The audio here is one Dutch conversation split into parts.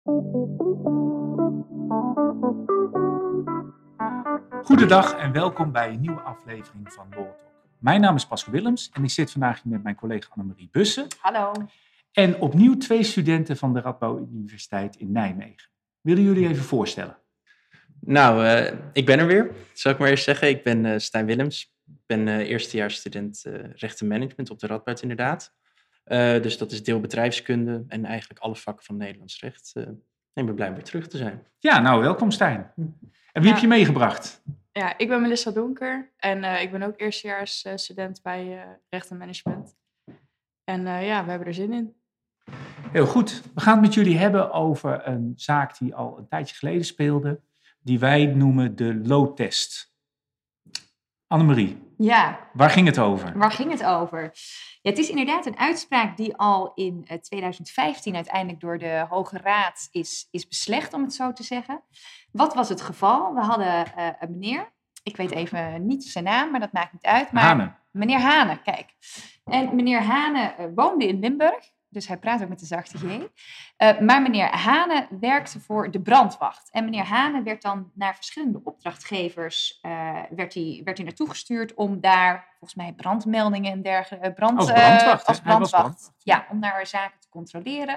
Goedendag en welkom bij een nieuwe aflevering van Law Talk. Mijn naam is Pascal Willems en ik zit vandaag hier met mijn collega Annemarie Bussen. Hallo. En opnieuw 2 studenten van de Radboud Universiteit in Nijmegen. Willen jullie even voorstellen? Nou, ik ben er weer, zal ik maar eerst zeggen. Ik ben Stijn Willems. Ik ben eerstejaarsstudent recht en management op de Radboud inderdaad. Dus dat is deel bedrijfskunde en eigenlijk alle vakken van Nederlands recht. Ik ben blij om weer terug te zijn. Ja, nou welkom Stijn. En wie heb je meegebracht? Ja, ik ben Melissa Donker en ik ben ook eerstejaars student bij recht en management. En we hebben er zin in. Heel goed. We gaan het met jullie hebben over een zaak die al een tijdje geleden speelde. Die wij noemen de loodtest. Annemarie, Ja, waar ging het over? waar ging het over? Ja, het is inderdaad een uitspraak die al in 2015 uiteindelijk door de Hoge Raad is beslecht, om het zo te zeggen. Wat was het geval? We hadden een meneer, ik weet even niet zijn naam, maar dat maakt niet uit. Maar Hane. Meneer Hane, kijk. En meneer Hane woonde in Limburg, dus hij praat ook met de zachte G. Maar meneer Hane werkte voor de brandwacht. En meneer Hane werd dan naar verschillende opdrachtgevers werd hij naartoe gestuurd om daar, volgens mij, brandmeldingen en dergelijke... Als brandwacht, hè? Als Hij was brandwacht. Ja, om daar zaken te controleren.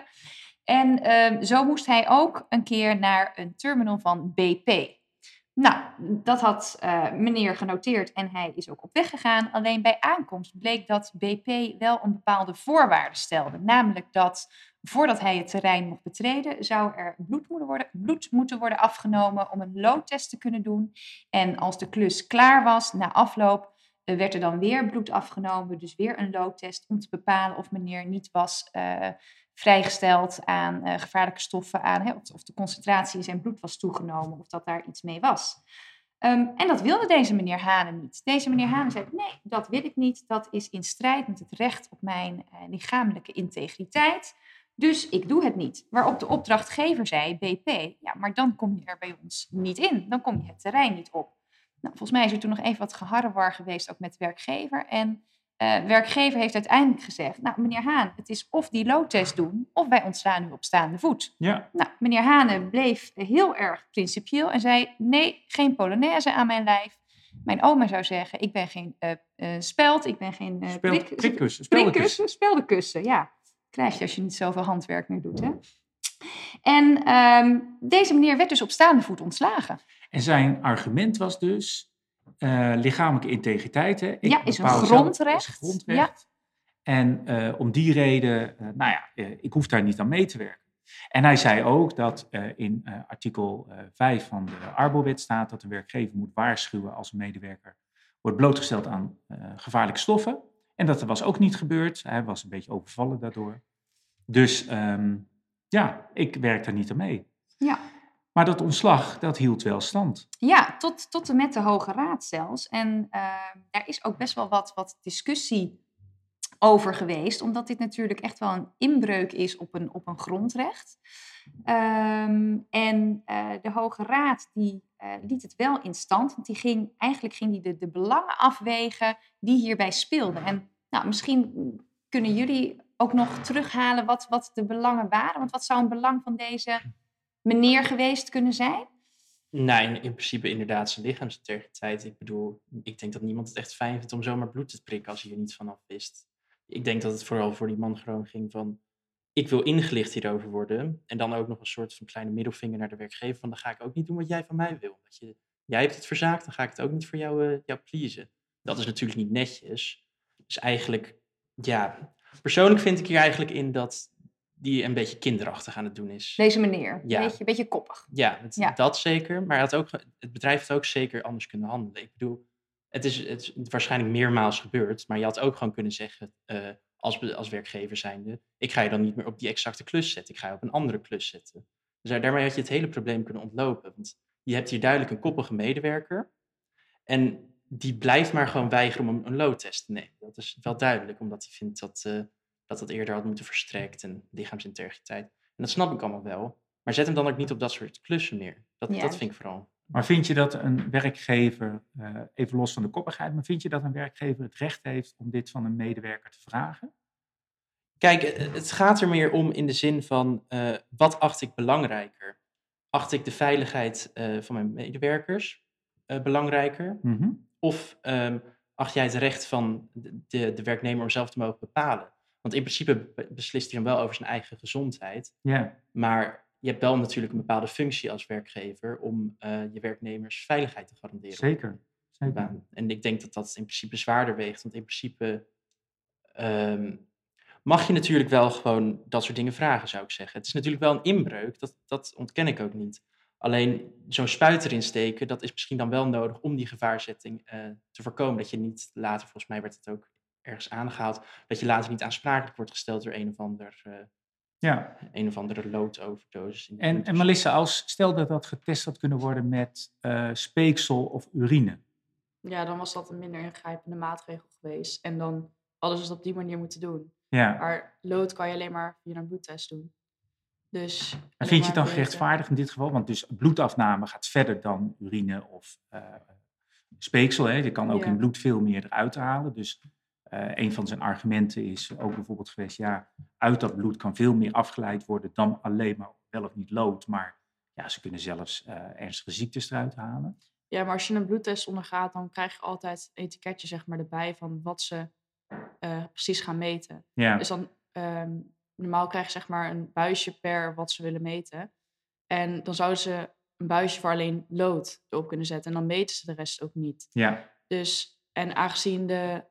En zo moest hij ook een keer naar een terminal van BP. Nou, dat had meneer genoteerd en hij is ook op weg gegaan. Alleen bij aankomst bleek dat BP wel een bepaalde voorwaarde stelde. Namelijk dat voordat hij het terrein mocht betreden, zou er bloed moeten worden afgenomen om een loodtest te kunnen doen. En als de klus klaar was, na afloop, werd er dan weer bloed afgenomen. Dus weer een loodtest om te bepalen of meneer niet was vrijgesteld aan gevaarlijke stoffen, of de concentratie in zijn bloed was toegenomen, of dat daar iets mee was. En dat wilde deze meneer Hane niet. Deze meneer Hane zei, nee, dat wil ik niet. Dat is in strijd met het recht op mijn lichamelijke integriteit. Dus ik doe het niet. Waarop de opdrachtgever zei, BP, ja, maar dan kom je er bij ons niet in. Dan kom je het terrein niet op. Nou, volgens mij is er toen nog even wat geharrewar geweest, ook met de werkgever. En werkgever heeft uiteindelijk gezegd, nou meneer Haan, het is of die loodtest doen, of wij ontslaan u op staande voet. Ja. Nou, meneer Hane bleef heel erg principieel en zei, nee, geen Polonaise aan mijn lijf. Mijn oma zou zeggen, ik ben geen speld, ik ben geen Prikkussen. speldenkussen, ja. Krijg je als je niet zoveel handwerk meer doet, hè. En deze meneer werd dus op staande voet ontslagen. En zijn argument was dus lichamelijke integriteit. Hè? Is een grondrecht. Is grondrecht. Ja. En om die reden, ik hoef daar niet aan mee te werken. En hij zei ook dat in artikel 5 van de Arbowet staat dat de werkgever moet waarschuwen als een medewerker wordt blootgesteld aan gevaarlijke stoffen. En dat was ook niet gebeurd. Hij was een beetje overvallen daardoor. Dus ik werk daar niet aan mee. Ja. Maar dat ontslag, dat hield wel stand. Ja, tot en met de Hoge Raad zelfs. En daar is ook best wel wat discussie over geweest, omdat dit natuurlijk echt wel een inbreuk is op een grondrecht. De Hoge Raad die liet het wel in stand, want die ging de belangen afwegen die hierbij speelden. En nou, misschien kunnen jullie ook nog terughalen wat de belangen waren. Want wat zou een belang van deze meneer geweest kunnen zijn? Nou, in principe inderdaad zijn lichaamsintegriteit. Ik bedoel, ik denk dat niemand het echt fijn vindt om zomaar bloed te prikken als hij er niets vanaf wist. Ik denk dat het vooral voor die man gewoon ging van, ik wil ingelicht hierover worden. En dan ook nog een soort van kleine middelvinger naar de werkgever van, dan ga ik ook niet doen wat jij van mij wil. Jij hebt het verzaakt, dan ga ik het ook niet voor jou pleasen. Dat is natuurlijk niet netjes. Dus eigenlijk, ja, persoonlijk vind ik hier eigenlijk in dat die een beetje kinderachtig aan het doen is. Deze meneer, Ja. een beetje koppig. Ja, dat zeker. Maar het bedrijf had ook zeker anders kunnen handelen. Ik bedoel, het is waarschijnlijk meermaals gebeurd. Maar je had ook gewoon kunnen zeggen, als werkgever zijnde, ik ga je dan niet meer op die exacte klus zetten. Ik ga je op een andere klus zetten. Dus daarmee had je het hele probleem kunnen ontlopen. Want je hebt hier duidelijk een koppige medewerker. En die blijft maar gewoon weigeren om een loodtest te nemen. Dat is wel duidelijk, omdat hij vindt dat eerder had moeten verstrekt en lichaamsintegriteit. En dat snap ik allemaal wel. Maar zet hem dan ook niet op dat soort klussen meer. Dat vind ik vooral. Maar vind je dat een werkgever, even los van de koppigheid, maar vind je dat een werkgever het recht heeft om dit van een medewerker te vragen? Kijk, het gaat er meer om in de zin van, wat acht ik belangrijker? Acht ik de veiligheid van mijn medewerkers belangrijker? Mhm. Of acht jij het recht van de werknemer om zelf te mogen bepalen? Want in principe beslist hij dan wel over zijn eigen gezondheid. Ja, Maar je hebt wel natuurlijk een bepaalde functie als werkgever om je werknemers veiligheid te garanderen op zeker. de Zeker. baan. En ik denk dat dat in principe zwaarder weegt. Want in principe ehm, mag je natuurlijk wel gewoon dat soort dingen vragen, zou ik zeggen. Het is natuurlijk wel een inbreuk, dat ontken ik ook niet. Alleen zo'n spuit erin steken, dat is misschien dan wel nodig om die gevaarzetting te voorkomen. Dat je niet later, volgens mij werd het ook ergens aangehaald, dat je later niet aansprakelijk wordt gesteld door Ja. een of andere loodoverdosis. In de En bloed of zo. Melissa, stel dat dat getest had kunnen worden met speeksel of urine. Ja, dan was dat een minder ingrijpende maatregel geweest. En dan hadden ze het op die manier moeten doen. Ja. Maar lood kan je alleen maar via een bloedtest doen. Dus En alleen vind je maar het dan weten. gerechtvaardigd in dit geval? Want dus bloedafname gaat verder dan urine of speeksel. Hè? Je kan ook Ja. in bloed veel meer eruit halen. Dus een van zijn argumenten is ook bijvoorbeeld geweest... ja, uit dat bloed kan veel meer afgeleid worden dan alleen maar wel of niet lood. Maar ja, ze kunnen zelfs ernstige ziektes eruit halen. Ja, maar als je een bloedtest ondergaat, dan krijg je altijd een etiketje zeg maar, erbij van wat ze precies gaan meten. Ja, Dus dan normaal krijg je zeg maar een buisje per wat ze willen meten. En dan zouden ze een buisje voor alleen lood erop kunnen zetten. En dan meten ze de rest ook niet. ja, Dus, en aangezien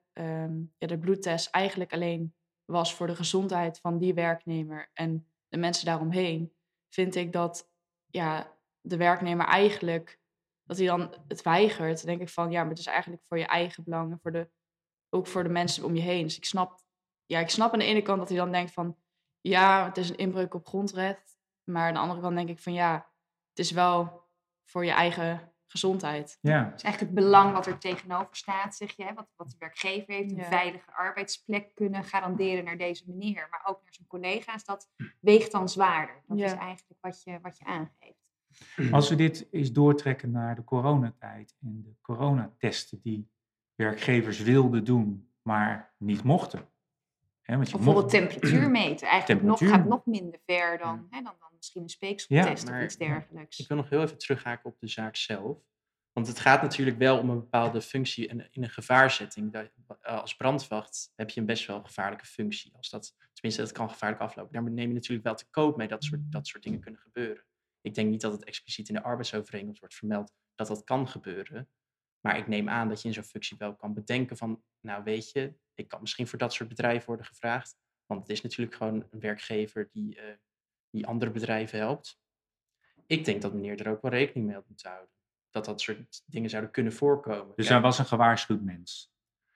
de bloedtest eigenlijk alleen was voor de gezondheid van die werknemer en de mensen daaromheen, vind ik dat ja, de werknemer eigenlijk, dat hij dan het weigert. Dan denk ik van, ja, maar het is eigenlijk voor je eigen belang en ook voor de mensen om je heen. Dus ik snap aan de ene kant dat hij dan denkt van, ja, het is een inbreuk op grondrecht. Maar aan de andere kant denk ik van, ja, het is wel voor je eigen gezondheid. ja. Dus eigenlijk het belang wat er tegenover staat, zeg je, hè, wat de werkgever heeft, een Ja. veilige arbeidsplek kunnen garanderen naar deze manier, maar ook naar zijn collega's, dat weegt dan zwaarder. Dat Ja. is eigenlijk wat je aangeeft. Als we dit eens doortrekken naar de coronatijd en de coronatesten die werkgevers wilden doen, maar niet mochten. Hè, want je Bijvoorbeeld mocht- temperatuur meten. Eigenlijk Temperatuur. gaat nog minder ver dan misschien een speekseltest Ja, of iets maar- dergelijks. Ik wil nog heel even terughaken op de zaak zelf. Want het gaat natuurlijk wel om een bepaalde functie in een gevaarzetting. Als brandwacht heb je een best wel gevaarlijke functie. Tenminste, dat kan gevaarlijk aflopen. Daar neem je natuurlijk wel te koop mee dat soort dingen kunnen gebeuren. Ik denk niet dat het expliciet in de arbeidsovereenkomst wordt vermeld dat dat kan gebeuren. Maar ik neem aan dat je in zo'n functie wel kan bedenken van, nou weet je, ik kan misschien voor dat soort bedrijven worden gevraagd. Want het is natuurlijk gewoon een werkgever die andere bedrijven helpt. Ik denk dat meneer er ook wel rekening mee had moeten houden. Dat soort dingen zouden kunnen voorkomen. Dus Ja, hij was een gewaarschuwd mens.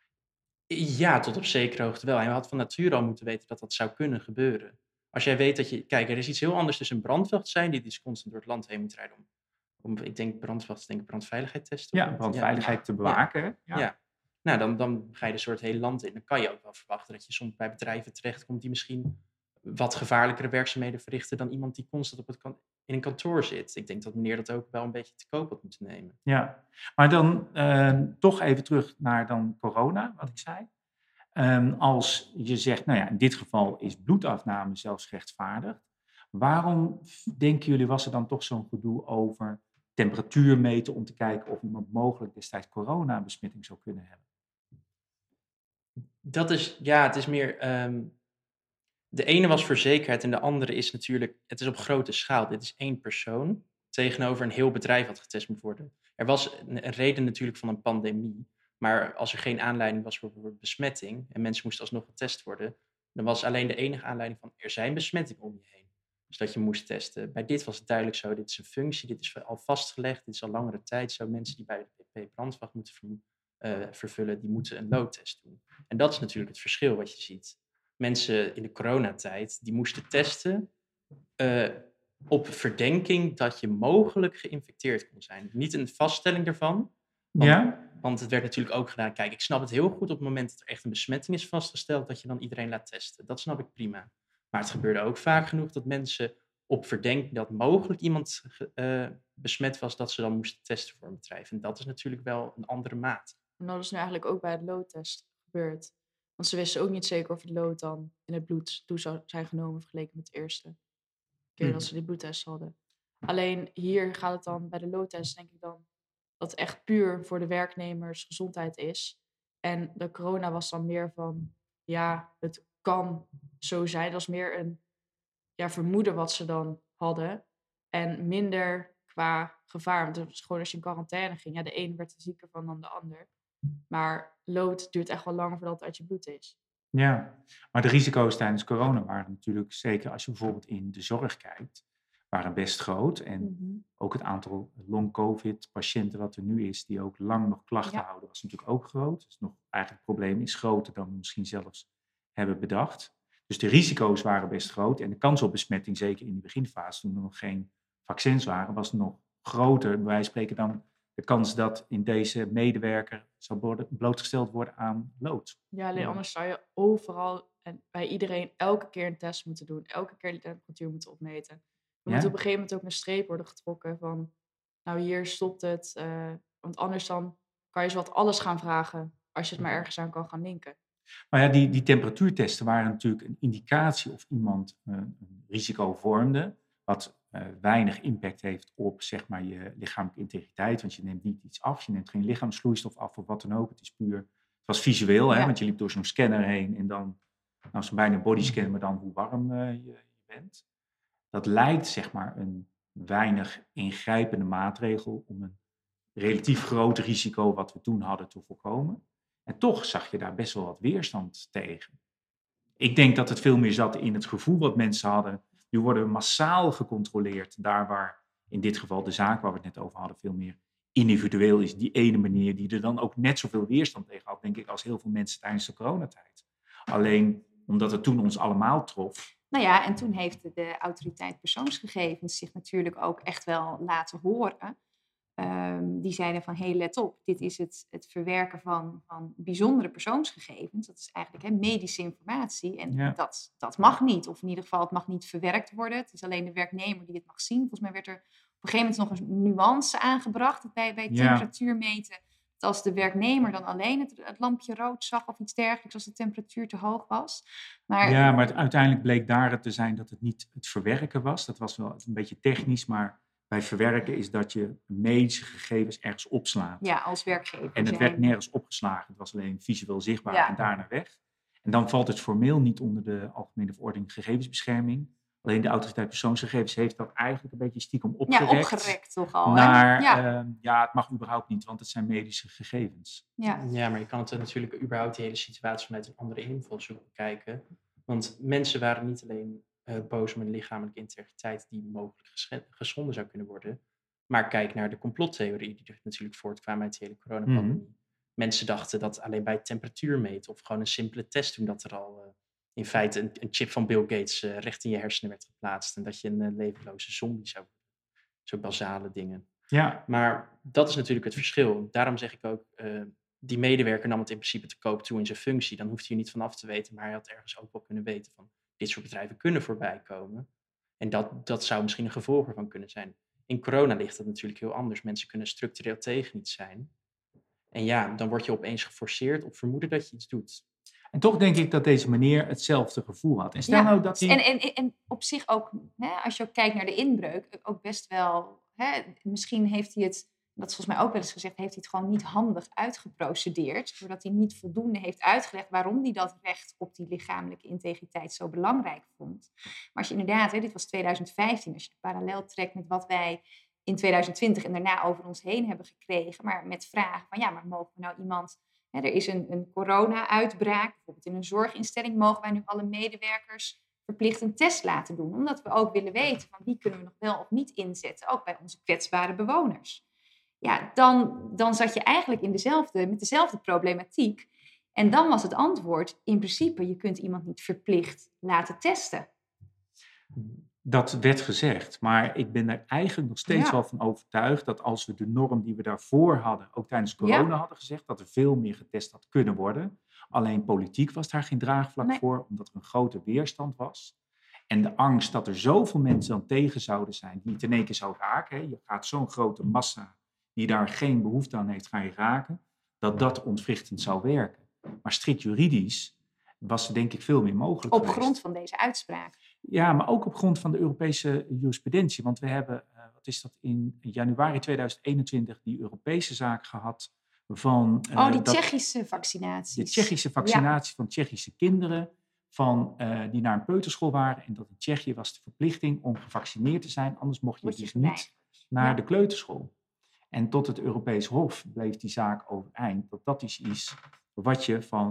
ja, tot op zekere hoogte wel. Hij had van nature al moeten weten dat dat zou kunnen gebeuren. Als jij weet dat je... Kijk, er is iets heel anders tussen een brandwacht zijn... die dus constant door het land heen moet rijden om ik denk brandveiligheid testen. Ja, brandveiligheid te bewaken. Hè? Ja. Nou, dan ga je de soort hele land in. Dan kan je ook wel verwachten dat je soms bij bedrijven terechtkomt... die misschien wat gevaarlijkere werkzaamheden verrichten... dan iemand die constant in een kantoor zit. Ik denk dat meneer dat ook wel een beetje te koop had moeten nemen. Ja, maar dan toch even terug naar dan corona, wat ik zei. Als je zegt, nou ja, in dit geval is bloedafname zelfs gerechtvaardigd. Waarom denken jullie was er dan toch zo'n gedoe over temperatuur meten om te kijken of iemand mogelijk destijds coronabesmetting zou kunnen hebben? Dat is, ja, het is meer... de ene was voor zekerheid en de andere is natuurlijk... Het is op grote schaal. Dit is 1 persoon tegenover een heel bedrijf wat getest moet worden. Er was een reden natuurlijk van een pandemie. Maar als er geen aanleiding was voor besmetting... en mensen moesten alsnog getest worden... dan was alleen de enige aanleiding van... er zijn besmettingen om je heen. Dus dat je moest testen. Bij dit was het duidelijk zo. Dit is een functie, dit is al vastgelegd. Dit is al langere tijd zo. Mensen die bij de PP brandwacht moeten vervullen... die moeten een loodtest doen. En dat is natuurlijk het verschil wat je ziet. Mensen in de coronatijd, die moesten testen op verdenking dat je mogelijk geïnfecteerd kon zijn. Niet een vaststelling daarvan, want het werd natuurlijk ook gedaan. Kijk, ik snap het heel goed op het moment dat er echt een besmetting is vastgesteld, dat je dan iedereen laat testen. Dat snap ik prima. Maar het gebeurde ook vaak genoeg dat mensen op verdenking dat mogelijk iemand besmet was, dat ze dan moesten testen voor een bedrijf. En dat is natuurlijk wel een andere maat. En dat is nu eigenlijk ook bij het loodtest gebeurd. Want ze wisten ook niet zeker of het lood dan in het bloed toe zou zijn genomen vergeleken met de eerste keer dat ze die bloedtest hadden. Alleen hier gaat het dan bij de loodtest, denk ik dan, dat het echt puur voor de werknemers gezondheid is. En de corona was dan meer van, ja, het kan zo zijn. Dat was meer een vermoeden wat ze dan hadden. En minder qua gevaar. Want het was gewoon als je in quarantaine ging. Ja, de een werd er zieker van dan de ander. Maar lood duurt echt wel langer voordat het uit je bloed is. Ja, maar de risico's tijdens corona waren natuurlijk, zeker als je bijvoorbeeld in de zorg kijkt, waren best groot. En ook het aantal long-covid-patiënten wat er nu is, die ook lang nog klachten Ja. houden, was natuurlijk ook groot. Dus nog eigenlijk het probleem is groter dan we misschien zelfs hebben bedacht. Dus de risico's waren best groot. En de kans op besmetting, zeker in de beginfase, toen er nog geen vaccins waren, was nog groter, bij wijze van spreken, dan de kans dat in deze medewerker zou blootgesteld worden aan lood. Ja, alleen anders zou je overal en bij iedereen elke keer een test moeten doen. Elke keer de temperatuur moeten opmeten. Er moet op een gegeven moment ook een streep worden getrokken van, nou hier stopt het. Want anders dan kan je zowat alles gaan vragen als je het maar ergens aan kan gaan linken. Maar ja, die temperatuurtesten waren natuurlijk een indicatie of iemand een risico vormde, wat weinig impact heeft op zeg maar, je lichamelijke integriteit. Want je neemt niet iets af, je neemt geen lichaamsvloeistof af of wat dan ook. Het is puur, het was visueel, hè, Ja. want je liep door zo'n scanner heen en dan, nou zo'n bijna bodyscan, maar dan hoe warm je bent. Dat lijkt zeg maar een weinig ingrijpende maatregel om een relatief groot risico wat we toen hadden te voorkomen. En toch zag je daar best wel wat weerstand tegen. Ik denk dat het veel meer zat in het gevoel wat mensen hadden. Nu worden we massaal gecontroleerd. Daar waar in dit geval de zaak waar we het net over hadden veel meer individueel is. Die ene meneer die er dan ook net zoveel weerstand tegen had, denk ik, als heel veel mensen tijdens de coronatijd. Alleen omdat het toen ons allemaal trof. Nou ja, en toen heeft de autoriteit persoonsgegevens zich natuurlijk ook echt wel laten horen. Die zeiden van, hé, let op, dit is het verwerken van bijzondere persoonsgegevens. Dat is eigenlijk medische informatie en Ja. dat mag niet. Of in ieder geval, het mag niet verwerkt worden. Het is alleen de werknemer die het mag zien. Volgens mij werd er op een gegeven moment nog een nuance aangebracht dat bij temperatuur meten. Dat als de werknemer dan alleen het lampje rood zag of iets dergelijks als de temperatuur te hoog was. Ja, maar uiteindelijk bleek daar het te zijn dat het niet het verwerken was. Dat was wel een beetje technisch, maar bij verwerken is dat je medische gegevens ergens opslaat. Ja, als werkgever. En het werd nergens opgeslagen. Het was alleen visueel zichtbaar Ja. en daarna weg. En dan valt het formeel niet onder de Algemene Verordening Gegevensbescherming. Alleen de autoriteit persoonsgegevens heeft dat eigenlijk een beetje stiekem opgerekt. Ja, opgerekt toch al. Naar, Ja. het mag überhaupt niet, want het zijn medische gegevens. Ja. Ja, maar je kan het natuurlijk überhaupt die hele situatie vanuit een andere invalshoek bekijken. Want mensen waren niet alleen boos om een lichamelijke integriteit die mogelijk geschonden zou kunnen worden. Maar kijk naar de complottheorie die er natuurlijk voortkwamen uit de hele coronapandemie. Mensen dachten dat alleen bij temperatuur meten of gewoon een simpele test doen dat er al in feite een chip van Bill Gates recht in je hersenen werd geplaatst. En dat je een levenloze zombie zou worden. Zo basale dingen. Ja. Maar dat is natuurlijk het verschil. Daarom zeg ik ook, die medewerker nam het in principe te koop toe in zijn functie. Dan hoeft hij er niet van af te weten, maar hij had ergens ook wel kunnen weten van dit soort bedrijven kunnen voorbij komen. En dat zou misschien een gevolg ervan kunnen zijn. In corona ligt dat natuurlijk heel anders. Mensen kunnen structureel tegen iets zijn. En ja, dan word je opeens geforceerd op vermoeden dat je iets doet. En toch denk ik dat deze meneer hetzelfde gevoel had. En stel nou dat hij... En op zich ook, als je ook kijkt naar de inbreuk, ook best wel... misschien heeft hij het, dat is volgens mij ook wel eens gezegd, heeft hij het gewoon niet handig uitgeprocedeerd. Doordat hij niet voldoende heeft uitgelegd waarom hij dat recht op die lichamelijke integriteit zo belangrijk vond. Maar als je inderdaad, dit was 2015, als je de parallel trekt met wat wij in 2020 en daarna over ons heen hebben gekregen. Maar met vragen van, ja, maar mogen we nou iemand... er is een corona-uitbraak, bijvoorbeeld in een zorginstelling, mogen wij nu alle medewerkers verplicht een test laten doen. Omdat we ook willen weten van wie kunnen we nog wel of niet inzetten, ook bij onze kwetsbare bewoners. Ja, dan zat je eigenlijk met dezelfde problematiek. En dan was het antwoord, in principe, je kunt iemand niet verplicht laten testen. Dat werd gezegd, maar ik ben er eigenlijk nog steeds wel van overtuigd dat als we de norm die we daarvoor hadden, ook tijdens corona hadden gezegd, dat er veel meer getest had kunnen worden. Alleen politiek was daar geen draagvlak voor, omdat er een grote weerstand was. En de angst dat er zoveel mensen dan tegen zouden zijn, die het in één keer zou raken. Hè. Je gaat zo'n grote massa die daar geen behoefte aan heeft, ga je raken. Dat ontwrichtend zou werken. Maar strikt juridisch was er denk ik veel meer mogelijk Op geweest. grond van deze uitspraak. Ja, maar ook op grond van de Europese jurisprudentie. Want we hebben, in januari 2021 die Europese zaak gehad van... Die dat- Tsjechische vaccinaties. de Tsjechische vaccinatie van Tsjechische kinderen die naar een peuterschool waren. En dat in Tsjechië was de verplichting om gevaccineerd te zijn. Anders mocht je Word je dus geweigerd. niet naar Ja. de kleuterschool. En tot het Europees Hof bleef die zaak overeind. Dat is iets wat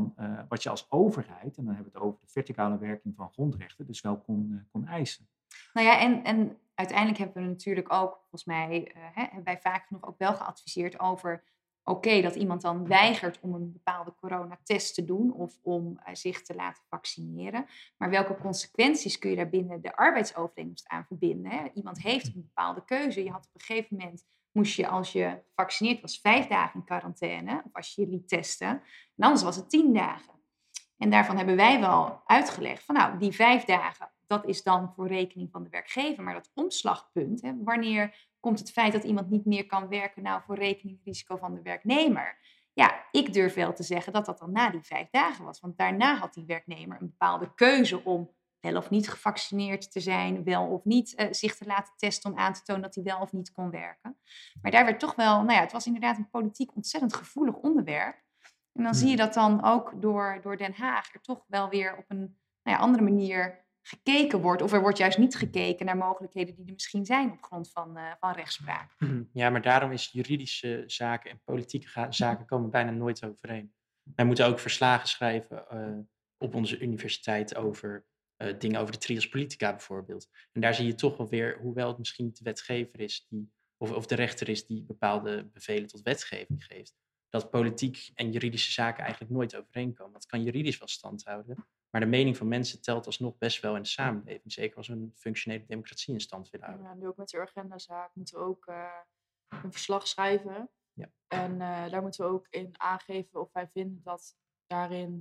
je als overheid, en dan hebben we het over de verticale werking van grondrechten, dus wel kon eisen. Nou ja, en uiteindelijk hebben we natuurlijk ook, volgens mij, hebben wij vaak genoeg ook wel geadviseerd over, oké, dat iemand dan weigert om een bepaalde coronatest te doen of om zich te laten vaccineren. Maar welke consequenties kun je daar binnen de arbeidsovereenkomst aan verbinden? Hè? Iemand heeft een bepaalde keuze. Je had op een gegeven moment, moest je als je gevaccineerd was 5 dagen in quarantaine, of als je je liet testen. En anders was het 10 dagen. En daarvan hebben wij wel uitgelegd van nou, die 5 dagen, dat is dan voor rekening van de werkgever. Maar dat omslagpunt, wanneer komt het feit dat iemand niet meer kan werken nou voor rekening en risico van de werknemer? Ja, ik durf wel te zeggen dat dat dan na die 5 dagen was. Want daarna had die werknemer een bepaalde keuze om wel of niet gevaccineerd te zijn, wel of niet zich te laten testen om aan te tonen dat hij wel of niet kon werken. Maar daar werd toch wel, het was inderdaad een politiek ontzettend gevoelig onderwerp. En dan zie je dat dan ook door Den Haag er toch wel weer op een andere manier gekeken wordt. Of er wordt juist niet gekeken naar mogelijkheden die er misschien zijn op grond van rechtspraak. Ja, maar daarom is juridische zaken en politieke zaken komen bijna nooit overeen. Wij moeten ook verslagen schrijven op onze universiteit over dingen over de trias politica bijvoorbeeld. En daar zie je toch wel weer, hoewel het misschien niet de wetgever is of de rechter is die bepaalde bevelen tot wetgeving geeft, dat politiek en juridische zaken eigenlijk nooit overeenkomen. Dat kan juridisch wel stand houden, maar de mening van mensen telt alsnog best wel in de samenleving. Zeker als we een functionele democratie in stand willen houden. Ja, nu ook met de Urgenda-zaak moeten we ook een verslag schrijven. Ja. En daar moeten we ook in aangeven of wij vinden dat daarin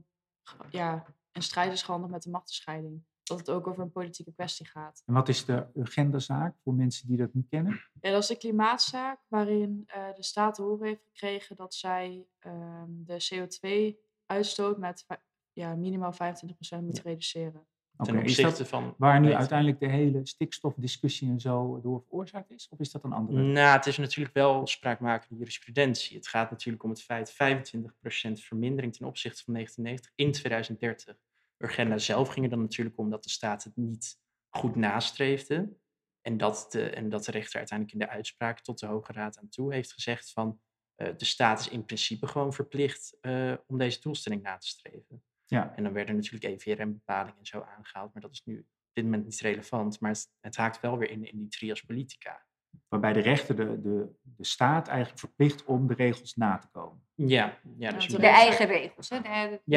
een strijd is gehandeld met de machtenscheiding. Dat het ook over een politieke kwestie gaat. En wat is de Urgenda-zaak voor mensen die dat niet kennen? Ja, dat is de klimaatzaak waarin de staat te horen heeft gekregen dat zij de CO2-uitstoot met minimaal 25% moet reduceren. Oké, Ten is opzichte dat van waar nu wet. uiteindelijk de hele stikstofdiscussie en zo door veroorzaakt is? Of is dat een andere? Nou, het is natuurlijk wel spraakmakende jurisprudentie. Het gaat natuurlijk om het feit 25% vermindering ten opzichte van 1990 in 2030. Urgenda zelf ging er dan natuurlijk om dat de staat het niet goed nastreefde. En dat de rechter uiteindelijk in de uitspraak tot de Hoge Raad aan toe heeft gezegd van de staat is in principe gewoon verplicht om deze doelstelling na te streven. Ja. En dan werden natuurlijk EVRM-bepalingen en zo aangehaald, maar dat is nu op dit moment niet relevant. Maar het haakt wel weer in die trias politica. Waarbij de rechter de staat eigenlijk verplicht om de regels na te komen. Ja, Ja, dus de een De beetje- eigen regels. Hè?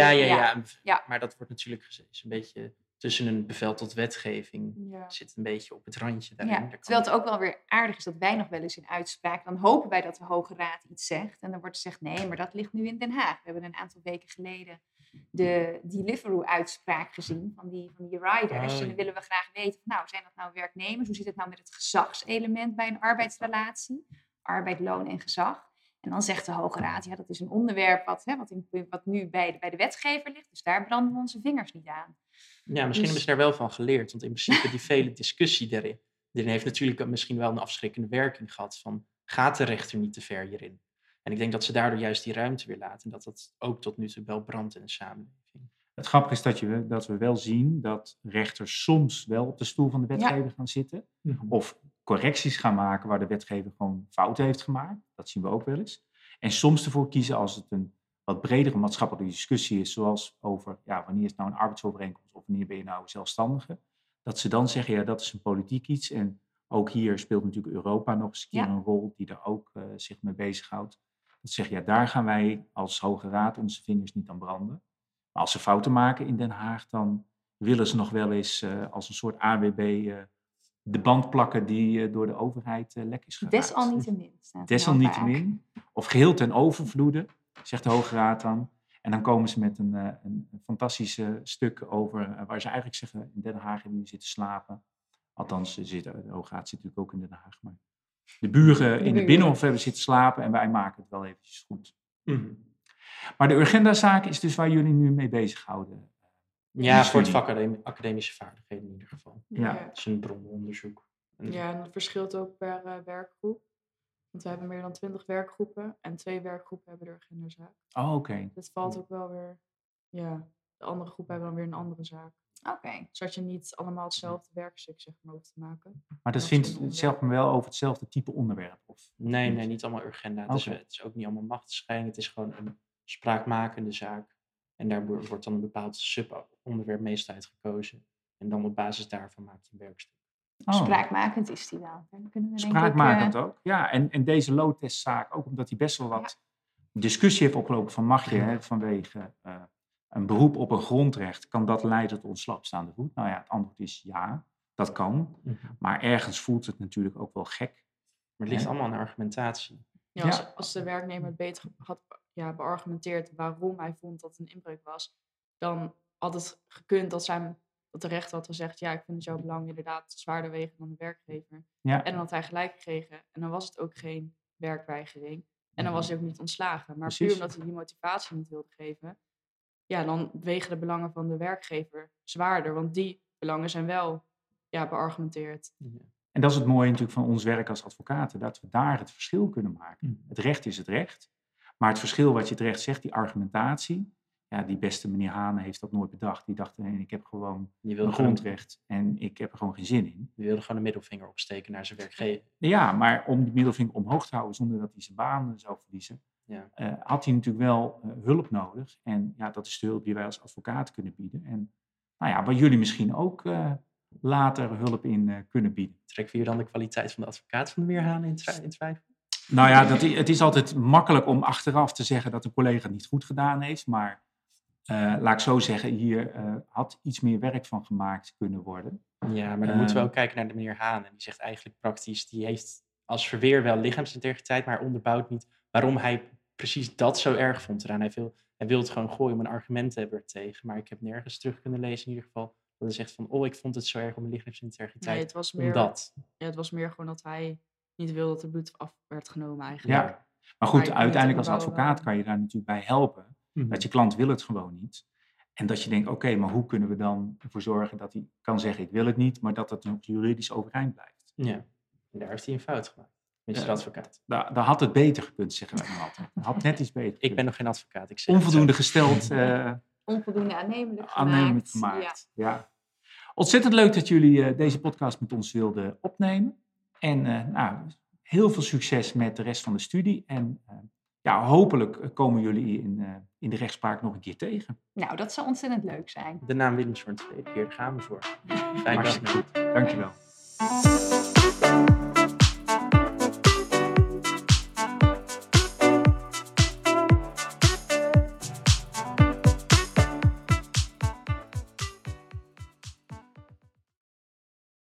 Ja. Maar dat wordt natuurlijk is een beetje tussen een bevel tot wetgeving. Ja. Zit een beetje op het randje daarin. Ja, Daar kan- terwijl het ook wel weer aardig is dat wij nog wel eens in uitspraak, dan hopen wij dat de Hoge Raad iets zegt. En dan wordt gezegd, nee, maar dat ligt nu in Den Haag. We hebben een aantal weken geleden de Deliveroo-uitspraak gezien van die riders. Oh, En dan ja. willen we graag weten, zijn dat nou werknemers? Hoe zit het nou met het gezagselement bij een arbeidsrelatie? Arbeid, loon en gezag. En dan zegt de Hoge Raad, ja, dat is een onderwerp wat nu bij de wetgever ligt. Dus daar branden we onze vingers niet aan. Ja, misschien Dus- hebben ze daar wel van geleerd. Want in principe die vele discussie daarin heeft natuurlijk misschien wel een afschrikkende werking gehad. Van, gaat de rechter niet te ver hierin? En ik denk dat ze daardoor juist die ruimte weer laten. En dat dat ook tot nu toe wel brandt in de samenleving. Het grappige is dat we wel zien dat rechters soms wel op de stoel van de wetgever gaan zitten. Of correcties gaan maken waar de wetgever gewoon fouten heeft gemaakt. Dat zien we ook wel eens. En soms ervoor kiezen als het een wat bredere maatschappelijke discussie is. Zoals over wanneer is het nou een arbeidsovereenkomst of wanneer ben je nou zelfstandige. Dat ze dan zeggen dat is een politiek iets. En ook hier speelt natuurlijk Europa nog eens een keer een rol die er ook zich mee bezighoudt. Dat ze zeggen daar gaan wij als Hoge Raad onze vingers niet aan branden. Maar als ze fouten maken in Den Haag, dan willen ze nog wel eens als een soort AWB de band plakken die door de overheid lek is geraakt. Desalniettemin. staat er Desalniettemin, of geheel ten overvloede, zegt de Hoge Raad dan. En dan komen ze met een fantastische stuk over waar ze eigenlijk zeggen, in Den Haag hebben jullie zitten slapen. Althans, de Hoge Raad zit natuurlijk ook in Den Haag. Maar de buren in de Binnenhof hebben zitten slapen en wij maken het wel eventjes goed. Maar de Urgenda-zaak is dus waar jullie nu mee bezighouden. Ja, voor het studie. vak academische vaardigheden in ieder geval. Ja. Het is een bronnenonderzoek. En- Ja, en dat verschilt ook per werkgroep. Want we hebben meer dan 20 werkgroepen en 2 werkgroepen hebben er geen zaak. Oh, oké. Het valt ook wel weer, ja, de andere groepen hebben dan weer een andere zaak. Oké. Zodat je niet allemaal hetzelfde werkstuk zeg maar hoeft te maken. Maar dat Ja, vindt verschillende zelf wel over hetzelfde type onderwerp? Of? Nee, niet allemaal Urgenda. Oké. Het is ook niet allemaal machtsscheiding. Het is gewoon een spraakmakende zaak. En daar wordt dan een bepaald subonderwerp meestal uitgekozen. En dan op basis daarvan maakt je een werkstuk. Oh. Spraakmakend is die wel. Dan kunnen we denk ik, Spraakmakend ook. Ja, en deze loodtestzaak ook omdat hij best wel wat discussie heeft opgelopen van mag je vanwege een beroep op een grondrecht, kan dat leiden tot ontslapstaande voet? Nou ja, het antwoord is ja, dat kan. Maar ergens voelt het natuurlijk ook wel gek. Maar het ligt allemaal aan de argumentatie. Ja, als de werknemer het beter had beargumenteerd waarom hij vond dat het een inbreuk was, dan had het gekund dat de rechter had gezegd, ja, ik vind het jouw belang inderdaad zwaarder wegen dan de werkgever. Ja. En dan had hij gelijk gekregen. En dan was het ook geen werkweigering. En dan was hij ook niet ontslagen. Maar Precies. puur omdat hij die motivatie niet wilde geven, ja, dan wegen de belangen van de werkgever zwaarder. Want die belangen zijn wel beargumenteerd. En dat is het mooie natuurlijk van ons werk als advocaten, dat we daar het verschil kunnen maken. Het recht is het recht. Maar het verschil wat je het recht zegt, die argumentatie, ja, die beste meneer Hane heeft dat nooit bedacht. Die dacht, nee, ik heb gewoon een grondrecht en ik heb er gewoon geen zin in. Die wilde gewoon een middelvinger opsteken naar zijn werkgever. Ja, maar om die middelvinger omhoog te houden zonder dat hij zijn baan zou verliezen, had hij natuurlijk wel hulp nodig. En ja, dat is de hulp die wij als advocaat kunnen bieden. En nou ja, waar jullie misschien ook later hulp in kunnen bieden. Trekken we hier dan de kwaliteit van de advocaat van de meneer Hane in twijfel? Nou ja, het is altijd makkelijk om achteraf te zeggen dat een collega het niet goed gedaan heeft. Maar laat ik zo zeggen, hier had iets meer werk van gemaakt kunnen worden. Ja, maar dan moeten we ook kijken naar de meneer Hane. Die zegt eigenlijk praktisch, die heeft als verweer wel lichaamsintegriteit, maar onderbouwt niet waarom hij precies dat zo erg vond eraan. Hij wil het gewoon gooien om een argument te hebben ertegen. Maar ik heb nergens terug kunnen lezen in ieder geval dat hij zegt van, ik vond het zo erg om mijn lichaamsintegriteit. Nee, het was meer gewoon dat hij niet wilde dat er bloed af werd genomen eigenlijk. Ja, maar goed, uiteindelijk als advocaat kan je daar natuurlijk bij helpen. Dat je klant wil het gewoon niet. En dat je denkt, oké, maar hoe kunnen we dan ervoor zorgen dat hij kan zeggen, ik wil het niet, maar dat het nog juridisch overeind blijft. Ja, en daar heeft hij een fout gemaakt. Met je advocaat. Daar had het beter gekund, zeggen wij nog altijd. Had net iets beter gekund. Ik ben nog geen advocaat. Ik zeg onvoldoende gesteld. Onvoldoende aannemelijk gemaakt. Ja. Ontzettend leuk dat jullie deze podcast met ons wilden opnemen. En heel veel succes met de rest van de studie. En hopelijk komen jullie in de rechtspraak nog een keer tegen. Nou, dat zou ontzettend leuk zijn. De naam Willemshoorn tweede keer, daar gaan we voor. Fijn dag. Dankjewel.